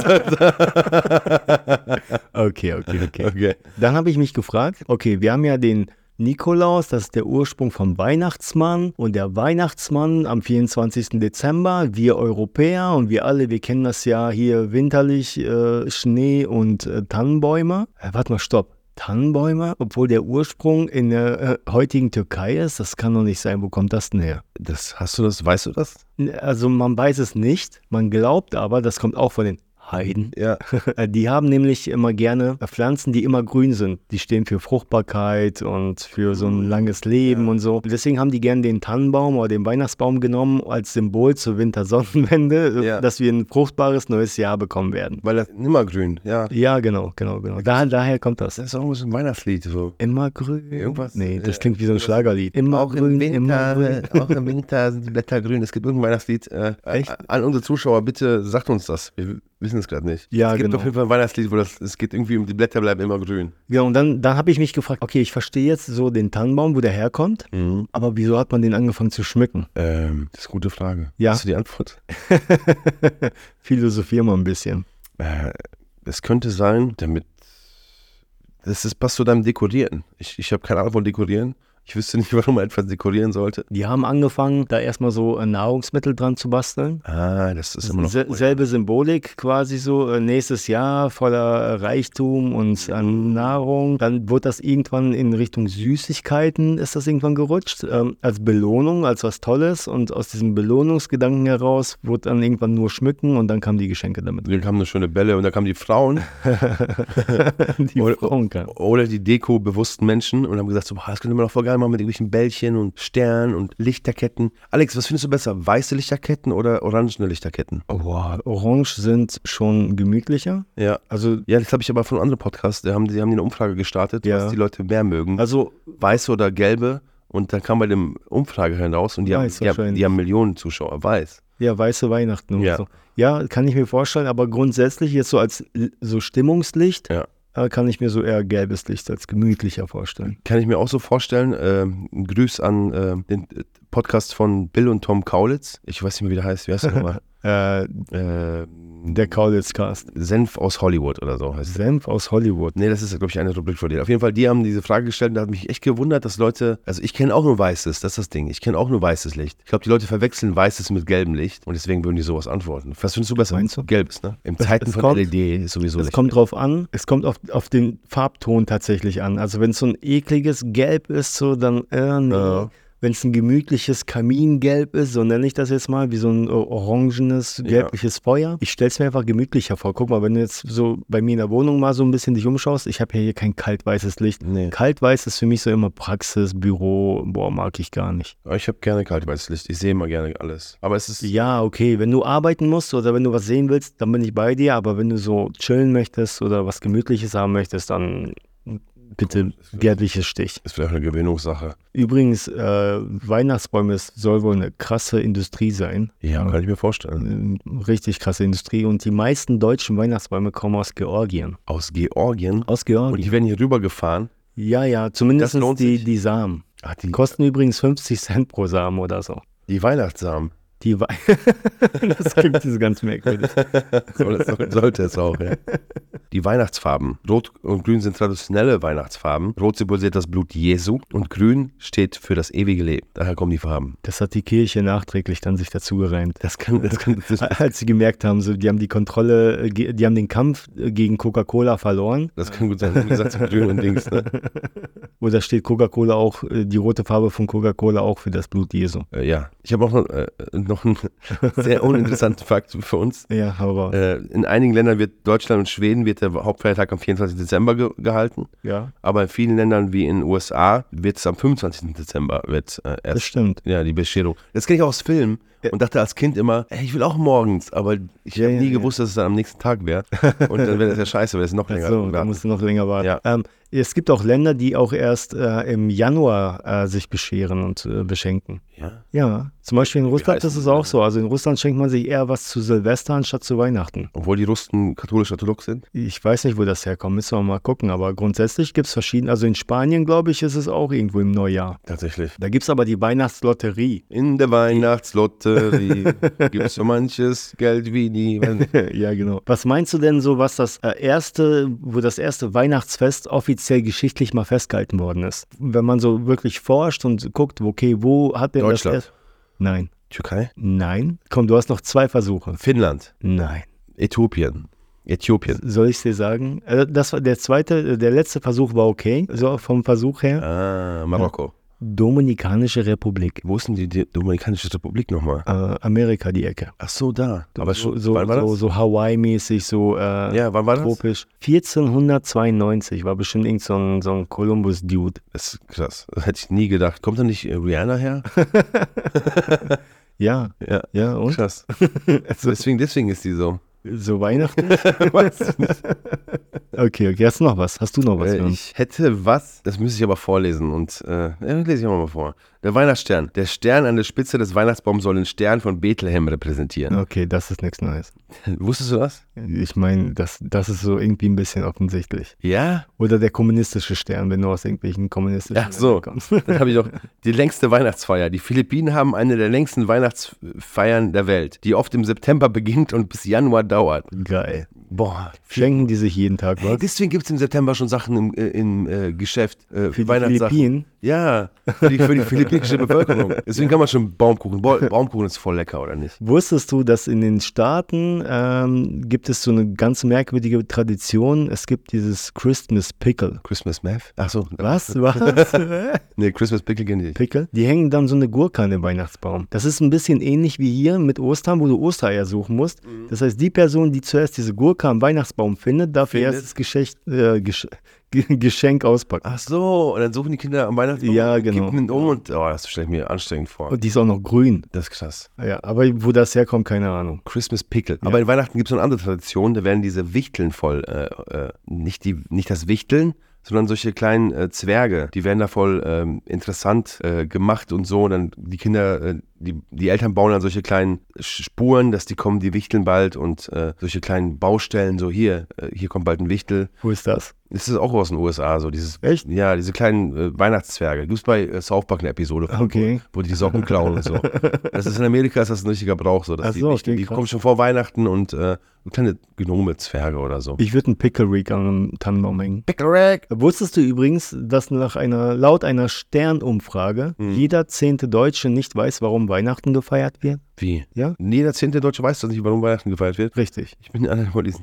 hat. Okay, okay, okay. Okay. Dann habe ich mich gefragt, okay, wir haben ja den Nikolaus, das ist der Ursprung vom Weihnachtsmann und der Weihnachtsmann am vierundzwanzigsten Dezember, wir Europäer und wir alle, wir kennen das ja hier winterlich, äh, Schnee und äh, Tannenbäume. Äh, warte mal, stopp. Tannenbäume, obwohl der Ursprung in der äh, heutigen Türkei ist, das kann doch nicht sein. Wo kommt das denn her? Das, hast du das, weißt du das? Also man weiß es nicht, man glaubt aber, das kommt auch von den Heiden. Ja. Die haben nämlich immer gerne Pflanzen, die immer grün sind. Die stehen für Fruchtbarkeit und für so ein langes Leben Ja. und so. Deswegen haben die gerne den Tannenbaum oder den Weihnachtsbaum genommen als Symbol zur Wintersonnenwende, Ja. dass wir ein fruchtbares neues Jahr bekommen werden. Weil das nimmergrün, ja. Ja, genau, genau, genau. Da, daher kommt das. Das ist auch so ein Weihnachtslied. So. Immer grün. Irgendwas? Nee, das Ja, klingt wie so ein irgendwas- Schlagerlied. Immer grün, immer grün. auch im Winter sind die Blätter grün. Es gibt irgendein Weihnachtslied. Äh, Echt? An unsere Zuschauer, bitte sagt uns das. Wir wissen es gerade nicht. Ja, es gibt genau. auf jeden Fall ein Weihnachtslied, wo das, es geht irgendwie um die Blätter bleiben immer grün. Genau, und dann, dann habe ich mich gefragt, okay, ich verstehe jetzt so den Tannenbaum, wo der herkommt, aber wieso hat man den angefangen zu schmücken? Ähm, das ist eine gute Frage. Ja. Hast du die Antwort? Philosophier mal ein bisschen. Äh, es könnte sein, damit. Das ist, passt zu deinem Dekorieren. Ich, ich habe keine Ahnung von Dekorieren. Ich wüsste nicht, warum man etwas dekorieren sollte. Die haben angefangen, da erstmal so äh, Nahrungsmittel dran zu basteln. Ah, das ist immer noch. Se selbe Symbolik quasi so, äh, nächstes Jahr voller äh, Reichtum und an Nahrung. Dann wurde das irgendwann in Richtung Süßigkeiten, ist das irgendwann gerutscht, ähm, als Belohnung, als was Tolles. Und aus diesem Belohnungsgedanken heraus wurde dann irgendwann nur Schmücken und dann kamen die Geschenke damit. Dann kamen eine schöne Bälle und dann kamen die Frauen Die Oder- Frauen kamen. oder die Deko-bewussten Menschen und haben gesagt, so, boah, das könnte man doch voll geil immer mit irgendwelchen Bällchen und Sternen und Lichterketten. Alex, was findest du besser? Weiße Lichterketten oder orangene Lichterketten? Oh, wow. Orange sind schon gemütlicher. Ja. Also, Ja, das habe ich aber von einem anderen Podcast. Die haben, die haben eine Umfrage gestartet, Ja. was die Leute mehr mögen. also Weiße oder gelbe. Und dann kam bei dem Umfrage heraus und die, haben, Weiß die, haben, wahrscheinlich. die haben Millionen Zuschauer. Weiß. ja, weiße Weihnachten und Ja. so. Ja, kann ich mir vorstellen, aber grundsätzlich jetzt so als l- so Stimmungslicht Ja. äh, kann ich mir so eher gelbes Licht als gemütlicher vorstellen. Kann ich mir auch so vorstellen. Ähm, ein Grüß an äh, den Podcast von Bill und Tom Kaulitz. Ich weiß nicht mehr, wie der heißt. Wie heißt der nochmal? Äh, äh, der Kaulitz-Cast. Senf aus Hollywood oder so heißt es. Senf aus Hollywood. Nee, das ist, glaube ich, eine Rubrik von dir. Auf jeden Fall, die haben diese Frage gestellt und da hat mich echt gewundert, dass Leute, also ich kenne auch nur weißes, das ist das Ding. Ich kenne auch nur weißes Licht. Ich glaube, die Leute verwechseln weißes mit gelbem Licht und deswegen würden die sowas antworten. Was findest du besser? Meinst du? Gelbes, ne? Im Zeiten es von kommt- L E D ist sowieso Es Licht. kommt drauf an, es kommt auf, auf den Farbton tatsächlich an. Also wenn es so ein ekliges Gelb ist, so dann, äh, nee. Ja. Wenn es ein gemütliches Kamingelb ist, so nenne ich das jetzt mal, wie so ein äh, orangenes, gelbliches Feuer. Ich stelle es mir einfach gemütlicher vor. Guck mal, wenn du jetzt so bei mir in der Wohnung mal so ein bisschen dich umschaust, ich habe ja hier kein kaltweißes Licht. Nee. Kaltweiß ist für mich so immer Praxis, Büro, boah, mag ich gar nicht. Aber ich habe gerne kaltweißes Licht. Ich sehe immer gerne alles. Aber es ist... Ja, okay, wenn du arbeiten musst oder wenn du was sehen willst, dann bin ich bei dir, aber wenn du so chillen möchtest oder was Gemütliches haben möchtest, dann bitte gelbliches Stich. Ist vielleicht eine Gewöhnungssache. Übrigens, äh, Weihnachtsbäume, es soll wohl eine krasse Industrie sein. Ja, kann ich mir vorstellen. Eine richtig krasse Industrie und die meisten deutschen Weihnachtsbäume kommen aus Georgien. Aus Georgien. Aus Und Georgien? die werden hier rübergefahren. Ja, ja, zumindest Das lohnt die, sich. die Samen. Ach, die, Kosten übrigens fünfzig Cent pro Samen oder so. die Weihnachtssamen. Die Wei- das klingt so ganz merkwürdig. Soll, soll, sollte es auch, ja. Die Weihnachtsfarben. Rot und Grün sind traditionelle Weihnachtsfarben. Rot symbolisiert das Blut Jesu und Grün steht für das ewige Leben. Daher kommen die Farben. Das hat die Kirche nachträglich dann sich dazu gereimt. Das kann, das kann, das, Als sie gemerkt haben, so, die haben die Kontrolle, äh, ge- die haben den Kampf äh, gegen Coca-Cola verloren. das kann gut sein. Wie gesagt, so Grün und Dings, ne? Oder steht Coca-Cola auch, äh, die rote Farbe von Coca-Cola auch für das Blut Jesu? Äh, ja. Ich habe auch noch, äh, noch einen sehr uninteressanten Fakt für uns. Ja, aber Äh, in einigen Ländern wird, Deutschland und Schweden, wird der Hauptfeiertag am vierundzwanzigsten Dezember ge gehalten. ja, Aber in vielen Ländern wie in den U S A wird es am fünfundzwanzigsten Dezember wird, äh, das erst stimmt. ja, die Bescherung. Das kenne ich auch aus Filmen und dachte als Kind immer, ey, ich will auch morgens, aber ich Ja, habe ja, nie ja. gewusst, dass es dann am nächsten Tag wäre. Und dann wäre das ja scheiße, wäre es noch länger. So, da warten. musst du noch länger warten. Ja. Ähm, es gibt auch Länder, die auch erst äh, im Januar äh, sich bescheren und äh, beschenken. Ja. Ja, zum Beispiel in Russland heißen ist es die auch Länder? so. Also in Russland schenkt man sich eher was zu Silvester anstatt zu Weihnachten. Obwohl die Russen katholisch-orthodox sind. Ich weiß nicht, wo das herkommt, müssen wir mal gucken. Aber grundsätzlich gibt es verschiedene, also in Spanien, glaube ich, ist es auch irgendwo im Neujahr. Tatsächlich. Da gibt es aber die Weihnachtslotterie. In der Weihnachtslotterie gibt es so manches Geld wie nie. Ja, genau. Was meinst du denn so, was das äh, erste, wo das erste Weihnachtsfest offiziell geschichtlich mal festgehalten worden ist? Wenn man so wirklich forscht und guckt, okay, wo hat denn Deutschland. das erst- Nein. Türkei? Nein. Komm, du hast noch zwei Versuche. Finnland. Nein. Äthiopien. Äthiopien. Soll ich dir sagen? Äh, Das war der zweite, der letzte Versuch war okay, so vom Versuch her. Ah, Marokko. Dominikanische Republik. Wo ist denn die, die Dominikanische Republik nochmal? Äh, Amerika, die Ecke. Ach so, da. Aber so, schon, so, wann war das? so, so Hawaii-mäßig, so äh, Ja, wann war das? tropisch. vierzehnhundertzweiundneunzig war bestimmt irgend so ein, so ein Columbus-Dude. Das ist krass. Das hätte ich nie gedacht. Kommt da nicht äh, Rihanna her? Ja, Ja. ja, und? Krass. Also deswegen, deswegen ist die so. So Weihnachten? Weiß ich nicht. Okay, okay. Hast du noch was? Hast du noch was für Äh, uns? ich hätte was, das müsste ich aber vorlesen und äh, ja, lese ich auch mal vor. Der Weihnachtsstern. Der Stern an der Spitze des Weihnachtsbaums soll den Stern von Bethlehem repräsentieren. Okay, das ist nichts Neues. Wusstest du das? Ich meine, das, das ist so irgendwie ein bisschen offensichtlich. Ja? Oder der kommunistische Stern, wenn du aus irgendwelchen kommunistischen Ach so. Ländern kommst. Dann habe ich doch die längste Weihnachtsfeier. Die Philippinen haben eine der längsten Weihnachtsfeiern der Welt, die oft im September beginnt und bis Januar dauert. Geil. Boah. Schenken die sich jeden Tag Hey, was? deswegen gibt es im September schon Sachen im, äh, im äh, Geschäft. Äh, Für die Weihnachtssachen. Philippinen? Ja, für die, für die philippinische Bevölkerung. Deswegen kann man schon Baumkuchen. Ba Baumkuchen ist voll lecker, oder nicht? Wusstest du, dass in den Staaten ähm, gibt es so eine ganz merkwürdige Tradition? Es gibt dieses Christmas Pickle. Christmas Meth? Ach so. Was? Was? Nee, Christmas Pickle kenne ich nicht. Pickle? Die hängen dann so eine Gurke an den Weihnachtsbaum. Das ist ein bisschen ähnlich wie hier mit Ostern, wo du Ostereier suchen musst. Das heißt, die Person, die zuerst diese Gurke am Weihnachtsbaum findet, darf ihr Findet. erstes Geschäft, äh, Gesch G- Geschenk auspacken. Ach so, und dann suchen die Kinder am Weihnachtsbaum Ja, und genau. kippen ihn um und, oh, das stelle ich mir anstrengend vor. Und die ist auch noch grün. Das ist krass. Ja, aber wo das herkommt, keine Ahnung. Christmas Pickle. Ja. Aber in Weihnachten gibt es noch eine andere Tradition, da werden diese Wichteln voll, äh, äh, nicht, die, nicht das Wichteln, sondern solche kleinen äh, Zwerge, die werden da voll ähm, interessant äh, gemacht und so. Und dann die Kinder, äh, die, die Eltern bauen dann solche kleinen Spuren, dass die kommen, die wichteln bald und äh, solche kleinen Baustellen, so hier, äh, hier kommt bald ein Wichtel. Wo ist das? Das ist auch aus den U S A, so dieses, Echt? ja, diese kleinen äh, Weihnachtszwerge. Gibt es bei äh, South Park eine Episode von, Okay. wo die Socken klauen und so. Das ist in Amerika, ist das ein richtiger Brauch, so, dass Ach die, so, Wichtel, okay, die krass. kommen schon vor Weihnachten und äh, kleine Gnome, Zwerge oder so. Ich würde einen Pickle Rick an einem Tannenbaum hängen. Pickle Rack! Wusstest du übrigens, dass nach einer, laut einer Sternumfrage Hm. jeder zehnte Deutsche nicht weiß, warum Weihnachten gefeiert wird? Wie? Ja? Jeder zehnte Deutsche weiß doch nicht, warum Weihnachten gefeiert wird. Richtig. Ich bin einer von diesen.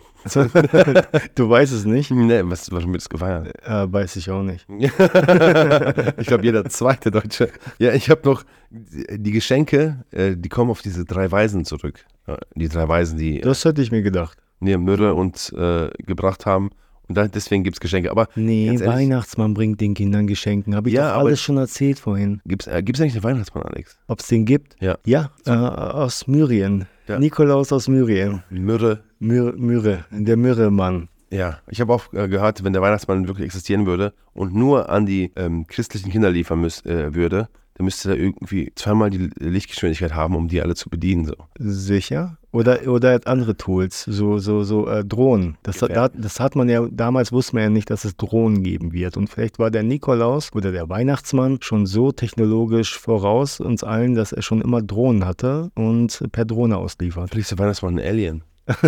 Du weißt es nicht? Nee, was, warum wird es gefeiert? Äh, weiß ich auch nicht. Ich glaube, jeder zweite Deutsche. Ja, ich habe noch die die Geschenke, äh, die kommen auf diese drei Weisen zurück. Äh, Die drei Weisen, die äh, Das hätte ich mir gedacht. mir Myrrhe und äh, gebracht haben. Und da, deswegen gibt es Geschenke. Aber Nee, ganz ehrlich, Weihnachtsmann bringt den Kindern Geschenken. Habe ich Ja, doch aber- alles schon erzählt vorhin. Gibt es äh, gibt's eigentlich einen Weihnachtsmann, Alex? Ob es den gibt? Ja. Ja, äh, aus Myrien. Ja. Nikolaus aus Myrien. Myrrhe. Myr, Myrrhe, der Myrrhe-Mann. Ja, ich habe auch äh, gehört, wenn der Weihnachtsmann wirklich existieren würde und nur an die ähm, christlichen Kinder liefern müß, äh, würde, dann müsste er irgendwie zweimal die Lichtgeschwindigkeit haben, um die alle zu bedienen. So. Sicher? Oder, oder er hat andere Tools, so, so, so äh, Drohnen. Das, hat- da, das hat man ja, damals wusste man ja nicht, dass es Drohnen geben wird. Und vielleicht war der Nikolaus oder der Weihnachtsmann schon so technologisch voraus uns allen, dass er schon immer Drohnen hatte und per Drohne ausliefert. Vielleicht ist der Weihnachtsmann ein Alien.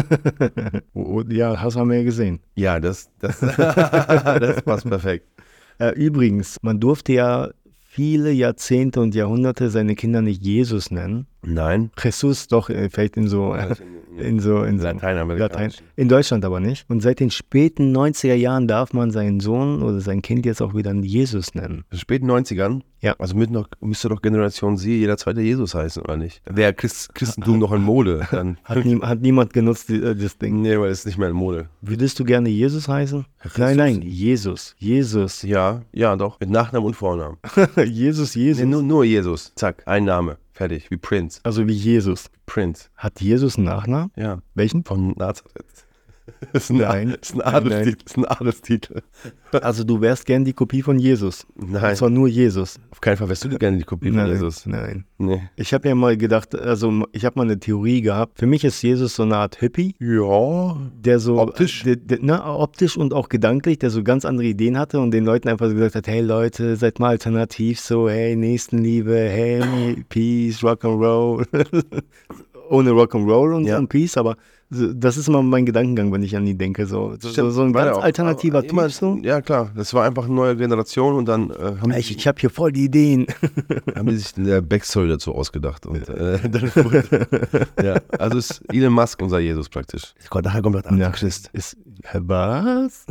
Oh, oh, ja, das haben wir ja gesehen. Ja, das, das, das passt perfekt. Äh, übrigens, man durfte ja viele Jahrzehnte und Jahrhunderte seine Kinder nicht Jesus nennen. Nein. Jesus doch, äh, vielleicht in so, äh, in so, in so Lateinamerikanisch. Latein. In Deutschland aber nicht. Und seit den späten neunziger Jahren darf man seinen Sohn oder sein Kind jetzt auch wieder Jesus nennen. In den späten neunzigern? Ja. Also mit noch, müsste doch Generation Sie jeder zweite Jesus heißen, oder nicht? Wäre Christ, Christentum noch in Mode, dann. Hat, nie, hat niemand genutzt, die, äh, das Ding. Nee, weil es ist nicht mehr in Mode. Würdest du gerne Jesus heißen? Jesus? Nein, nein, Jesus. Jesus. Ja, ja, doch. Mit Nachnamen und Vornamen. Jesus, Jesus. Nee, nur, nur Jesus. Zack, ein Name. Fertig. Wie Prince. Also wie Jesus. Prince. Hat Jesus einen Nachnamen? Ja. Welchen? Von Nazareth. Das ist ein, Nein. Das ist ein Adelstitel. Das ist ein Adelstitel. Also du wärst gern die Kopie von Jesus. Nein, Und zwar nur Jesus. auf keinen Fall wärst du gerne die Kopie von Nein, Jesus. nein. Nee. Ich habe ja mal gedacht, also ich habe mal eine Theorie gehabt. Für mich ist Jesus so eine Art Hippie, Ja. der so Optisch? der, der, ne, optisch und auch gedanklich, der so ganz andere Ideen hatte und den Leuten einfach so gesagt hat, hey Leute, seid mal alternativ, so hey Nächstenliebe, hey Peace, Rock'n'Roll, ohne Rock'n'Roll und, Ja. und Peace, aber so, das ist immer mein Gedankengang, wenn ich an die denke, so, so, so, so ein War ganz ja auch- alternativer aber immer- Typ so. Ja, klar. Das war einfach eine neue Generation und dann äh, haben, Ich, ich habe hier voll die Ideen. haben die sich der Backstory dazu ausgedacht. Und, äh, dann wurde, ja, also ist Elon Musk unser Jesus praktisch. Gott, daher kommt das Ja, ist, hä, was?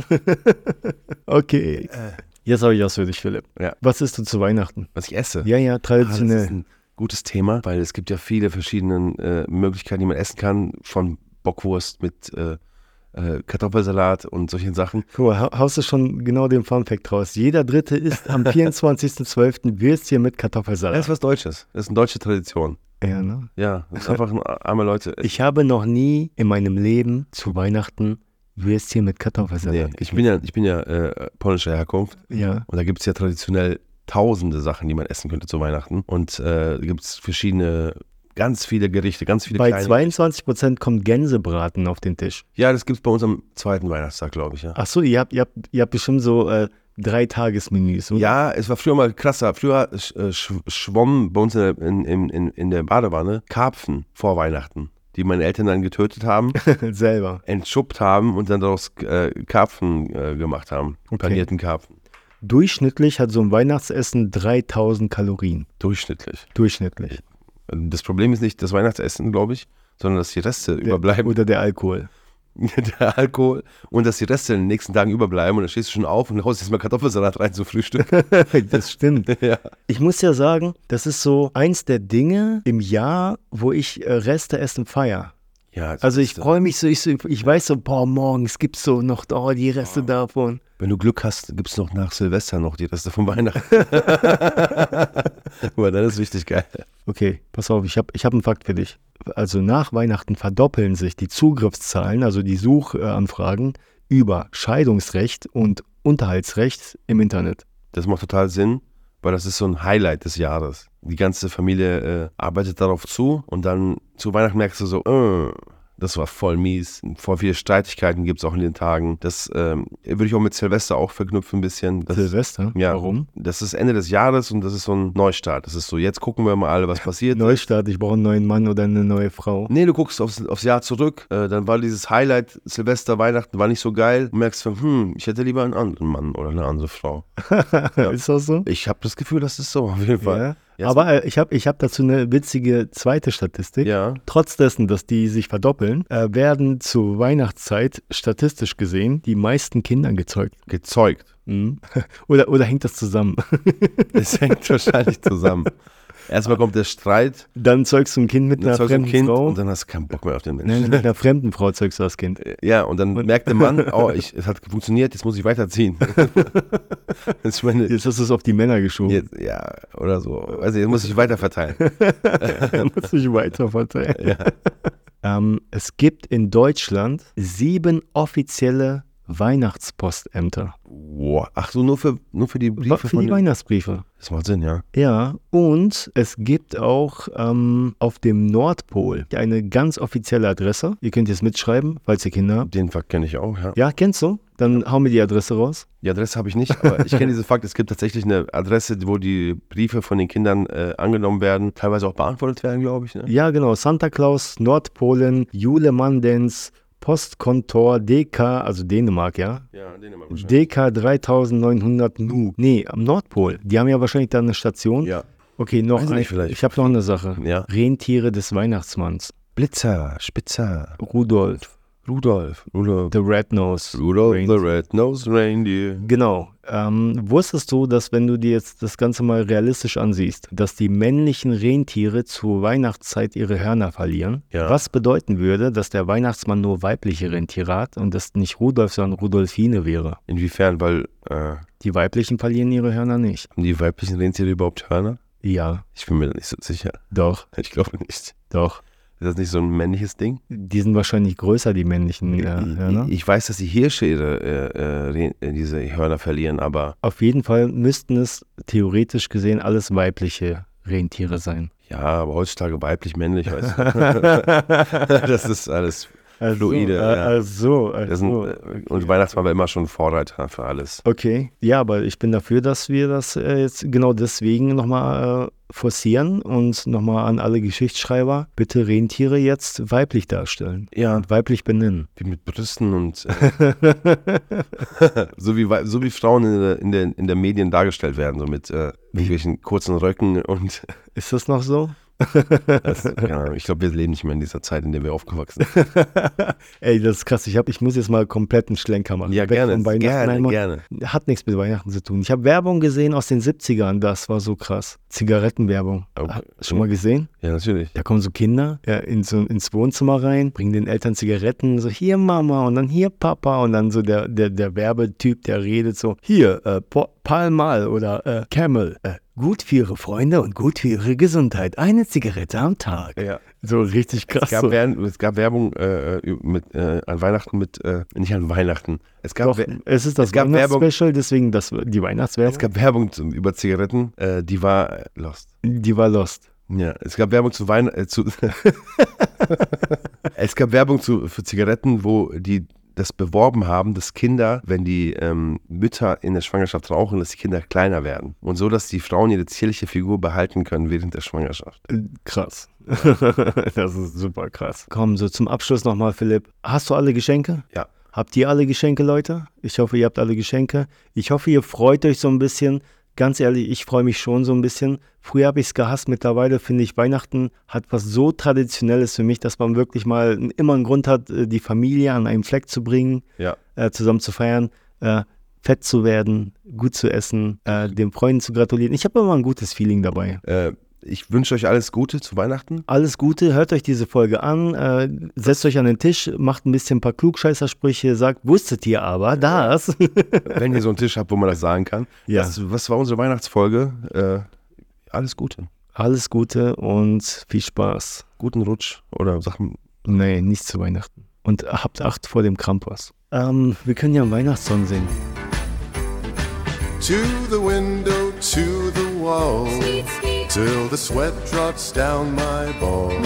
Okay. Jetzt habe ich was für dich, Philipp. Ja. Was isst du zu Weihnachten? Was ich esse. Ja, ja, Ah, das traditionell. ist ein gutes Thema, weil es gibt ja viele verschiedene äh, Möglichkeiten, die man essen kann, von Bockwurst mit äh, äh, Kartoffelsalat und solchen Sachen. Guck mal, hau- haust du schon genau den Funfact raus. Jeder Dritte isst am vierundzwanzigsten zwölften Würstchen mit Das Kartoffelsalat. ist was Deutsches. Das ist eine deutsche Tradition. Ja, ne? Ja, das ist einfach ein arme Leute. Ich habe noch nie in meinem Leben zu Weihnachten Würstchen mit nee, Kartoffelsalat ich bin ja, ich bin ja äh, polnischer Herkunft Ja. und da gibt es ja traditionell tausende Sachen, die man essen könnte zu Weihnachten. Und äh, da gibt es verschiedene, ganz viele Gerichte, ganz viele Bei kleine. zweiundzwanzig Prozent kommt Gänsebraten auf den Tisch. Ja, das gibt es bei uns am zweiten Weihnachtstag, glaube ich. Ja. Ach so, ihr habt, ihr habt, ihr habt bestimmt so äh, Drei-Tages-Menüs, oder? Ja, es war früher mal krasser. Früher äh, sch schwommen bei uns in der, in, in, in, in der Badewanne Karpfen vor Weihnachten, die meine Eltern dann getötet haben, Selber. entschuppt haben und dann daraus äh, Karpfen äh, gemacht haben. Okay. Panierten Karpfen. Durchschnittlich hat so ein Weihnachtsessen dreitausend Kalorien. Durchschnittlich. Durchschnittlich. Das Problem ist nicht das Weihnachtsessen, glaube ich, sondern dass die Reste überbleiben. Oder der Alkohol. Der Alkohol und dass die Reste in den nächsten Tagen überbleiben und dann stehst du schon auf und haust jetzt mal Kartoffelsalat rein zum Frühstück. Das stimmt. Ja. Ich muss ja sagen, das ist so eins der Dinge im Jahr, wo ich äh, Reste essen feier. Ja, Also ich ist, äh, freue mich so, ich, so, ich weiß so, boah, morgens gibt's so noch oh, die Reste davon. Wenn du Glück hast, gibt es noch nach Silvester noch die Reste von Weihnachten. Aber dann ist richtig geil. Okay, pass auf, ich habe ich hab einen Fakt für dich. Also nach Weihnachten verdoppeln sich die Zugriffszahlen, also die Suchanfragen über Scheidungsrecht und Unterhaltsrecht im Internet. Das macht total Sinn, weil das ist so ein Highlight des Jahres. Die ganze Familie äh, arbeitet darauf zu und dann zu Weihnachten merkst du so, äh, das war voll mies. Voll viele Streitigkeiten gibt es auch in den Tagen. Das ähm, würde ich auch mit Silvester auch verknüpfen ein bisschen. Das, Silvester? Ja, Warum? Das ist Ende des Jahres und das ist so ein Neustart. Das ist so, jetzt gucken wir mal alle, was passiert. Neustart, ich brauche einen neuen Mann oder eine neue Frau. Nee, du guckst aufs, aufs Jahr zurück, äh, dann war dieses Highlight, Silvester, Weihnachten, war nicht so geil. Du merkst, hm, ich hätte lieber einen anderen Mann oder eine andere Frau. Ja. Ist das so? Ich habe das Gefühl, das ist so, auf jeden Fall. Ja. Jetzt- Aber äh, ich habe ich hab dazu eine witzige zweite Statistik. Ja. Trotz dessen, dass die sich verdoppeln, äh, werden zur Weihnachtszeit statistisch gesehen die meisten Kinder gezeugt. Gezeugt. Mhm. Oder, oder hängt das zusammen? Es hängt wahrscheinlich zusammen. Erstmal kommt der Streit, Dann zeugst du ein Kind mit dann einer zeugst du ein fremden Kind Frau. und dann hast du keinen Bock mehr auf den Nein, Menschen. mit einer fremden Frau zeugst du das Kind. Ja, und dann merkt der Mann, oh, ich, es hat funktioniert, jetzt muss ich weiterziehen. Das ist meine, Jetzt hast du es auf die Männer geschoben. jetzt, ja, oder so. Also jetzt muss ich weiter verteilen. Muss ich weiter verteilen. Ja. Ähm, es gibt in Deutschland sieben offizielle Weihnachtspostämter. Wow. Ach so, nur für, nur für die Briefe Für von die den- Weihnachtsbriefe. Das macht Sinn, ja. Ja, und es gibt auch ähm, auf dem Nordpol eine ganz offizielle Adresse. Ihr könnt jetzt mitschreiben, falls ihr Kinder habt. Den Fakt kenne ich auch, ja. Ja, kennst du? Dann hau mir die Adresse raus. Die Adresse habe ich nicht, aber ich kenne diesen Fakt, es gibt tatsächlich eine Adresse, wo die Briefe von den Kindern äh, angenommen werden, teilweise auch beantwortet werden, glaube ich. Ne? Ja, genau. Santa Claus, Nordpolen, Jule Mandens, Postkontor D K, also Dänemark, ja. Ja, den immer D K dreitausendneunhundert Nu. Nee, am Nordpol. Die haben ja wahrscheinlich da eine Station. Ja. Okay, noch Weiß ein, nicht, vielleicht. ich habe noch eine Sache. Ja. Rentiere des Weihnachtsmanns. Blitzer, Spitzer, Rudolf, Rudolf, Rudolf, the Red-Nosed Rudolf Reindeer. the Red-Nosed Reindeer. Genau. Ähm, wusstest du, dass wenn du dir jetzt das Ganze mal realistisch ansiehst, dass die männlichen Rentiere zur Weihnachtszeit ihre Hörner verlieren? Ja. Was bedeuten würde, dass der Weihnachtsmann nur weibliche Rentiere hat und das nicht Rudolf, sondern Rudolfine wäre? Inwiefern, weil äh, Die weiblichen verlieren ihre Hörner nicht. haben die weiblichen Rentiere überhaupt Hörner? Ja, Ich bin mir da nicht so sicher. doch, Ich glaube nicht. doch. Ist das nicht so ein männliches Ding? Die sind wahrscheinlich größer, die männlichen äh, Hörner. Ich, ich weiß, dass die Hirsche ihre, äh, äh, diese Hörner verlieren, aber Auf jeden Fall müssten es theoretisch gesehen alles weibliche Rentiere sein. ja, aber heutzutage weiblich, männlich, weißt du. Das ist alles fluide. äh, ja. also, Das sind, also. äh, und Weihnachtsmann war immer schon Vorreiter für alles. Okay, ja, aber ich bin dafür, dass wir das äh, jetzt genau deswegen nochmal äh, forcieren und nochmal an alle Geschichtsschreiber, bitte Rentiere jetzt weiblich darstellen Ja, und weiblich benennen. wie mit Brüsten und äh, so, wie, wei- so wie Frauen in der, in der, in der Medien dargestellt werden, so mit äh, irgendwelchen kurzen Röcken und Ist das noch so? das, keine Ahnung, ich glaube, wir leben nicht mehr in dieser Zeit, in der wir aufgewachsen sind. Ey, das ist krass. Ich, hab, ich muss jetzt mal komplett einen Schlenker machen. Ja, Weg gerne, von Weihnachten gerne, einmal. gerne. Hat nichts mit Weihnachten zu tun. Ich habe Werbung gesehen aus den siebzigern, das war so krass. Zigarettenwerbung. Okay. Hat- Schon mal gesehen? Ja, natürlich. Da kommen so Kinder ja, in so, ins Wohnzimmer rein, bringen den Eltern Zigaretten, so hier Mama und dann hier Papa und dann so der, der, der Werbetyp, der redet so, hier äh, Po- Pall Mall oder äh, Camel, äh, gut für ihre Freunde und gut für ihre Gesundheit, eine Zigarette am Tag. Ja. So richtig krass. Es gab, so. Werbung, es gab Werbung äh, mit, äh, an Weihnachten mit, äh, nicht an Weihnachten. Es gab, Doch, We- es ist das es gab Werbung- Weihnachtsspecial, deswegen das, die Weihnachtswerbung, es gab Werbung zum, über Zigaretten, äh, die war äh, lost. die war lost. Ja, es gab Werbung zu Weihnachten, äh, zu es gab Werbung zu, für Zigaretten, wo die das beworben haben, dass Kinder, wenn die ähm, Mütter in der Schwangerschaft rauchen, dass die Kinder kleiner werden. Und so, dass die Frauen ihre zierliche Figur behalten können während der Schwangerschaft. Krass. Das ist super krass. Komm, so zum Abschluss nochmal, Philipp. Hast du alle Geschenke? Ja. Habt ihr alle Geschenke, Leute? Ich hoffe, ihr habt alle Geschenke. Ich hoffe, ihr freut euch so ein bisschen. Ganz ehrlich, ich freue mich schon so ein bisschen. Früher habe ich es gehasst, mittlerweile finde ich, Weihnachten hat was so Traditionelles für mich, dass man wirklich mal immer einen Grund hat, äh, die Familie an einen Fleck zu bringen, Ja. äh, zusammen zu feiern, äh, fett zu werden, gut zu essen, äh, den Freunden zu gratulieren. Ich habe immer ein gutes Feeling dabei. Äh, Ich wünsche euch alles Gute zu Weihnachten. Alles Gute, hört euch diese Folge an, äh, setzt euch an den Tisch, macht ein bisschen ein paar Klugscheißersprüche, sagt, wusstet ihr aber das? Wenn ihr so einen Tisch habt, wo man das sagen kann. Ja. Das, was war unsere Weihnachtsfolge? Äh, alles Gute. Alles Gute und viel Spaß. Guten Rutsch oder Sachen. Nee, nicht zu Weihnachten. Und habt Acht vor dem Krampus. Ähm, wir können ja einen Weihnachtssong singen. To the window, to the wall, till the sweat drops down my balls,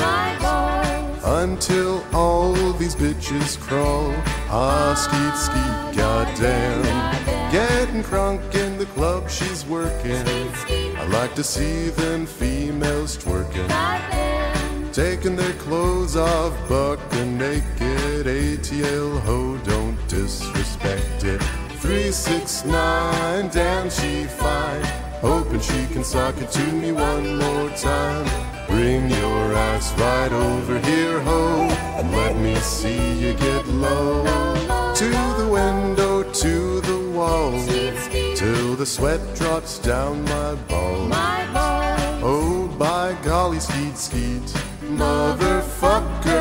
until all these bitches crawl. Ah, skeet, skeet, goddamn. Getting crunk in the club she's working. I like to see them females twerking. Taking their clothes off, bucking naked. A T L ho, don't disrespect it. Three, six, nine, damn she fine. Hoping she can sock it to me one more time. Bring your ass right over here, ho, and let me see you get low. To the window, to the wall, till the sweat drops down my balls. Oh, by golly, skeet, skeet, motherfucker.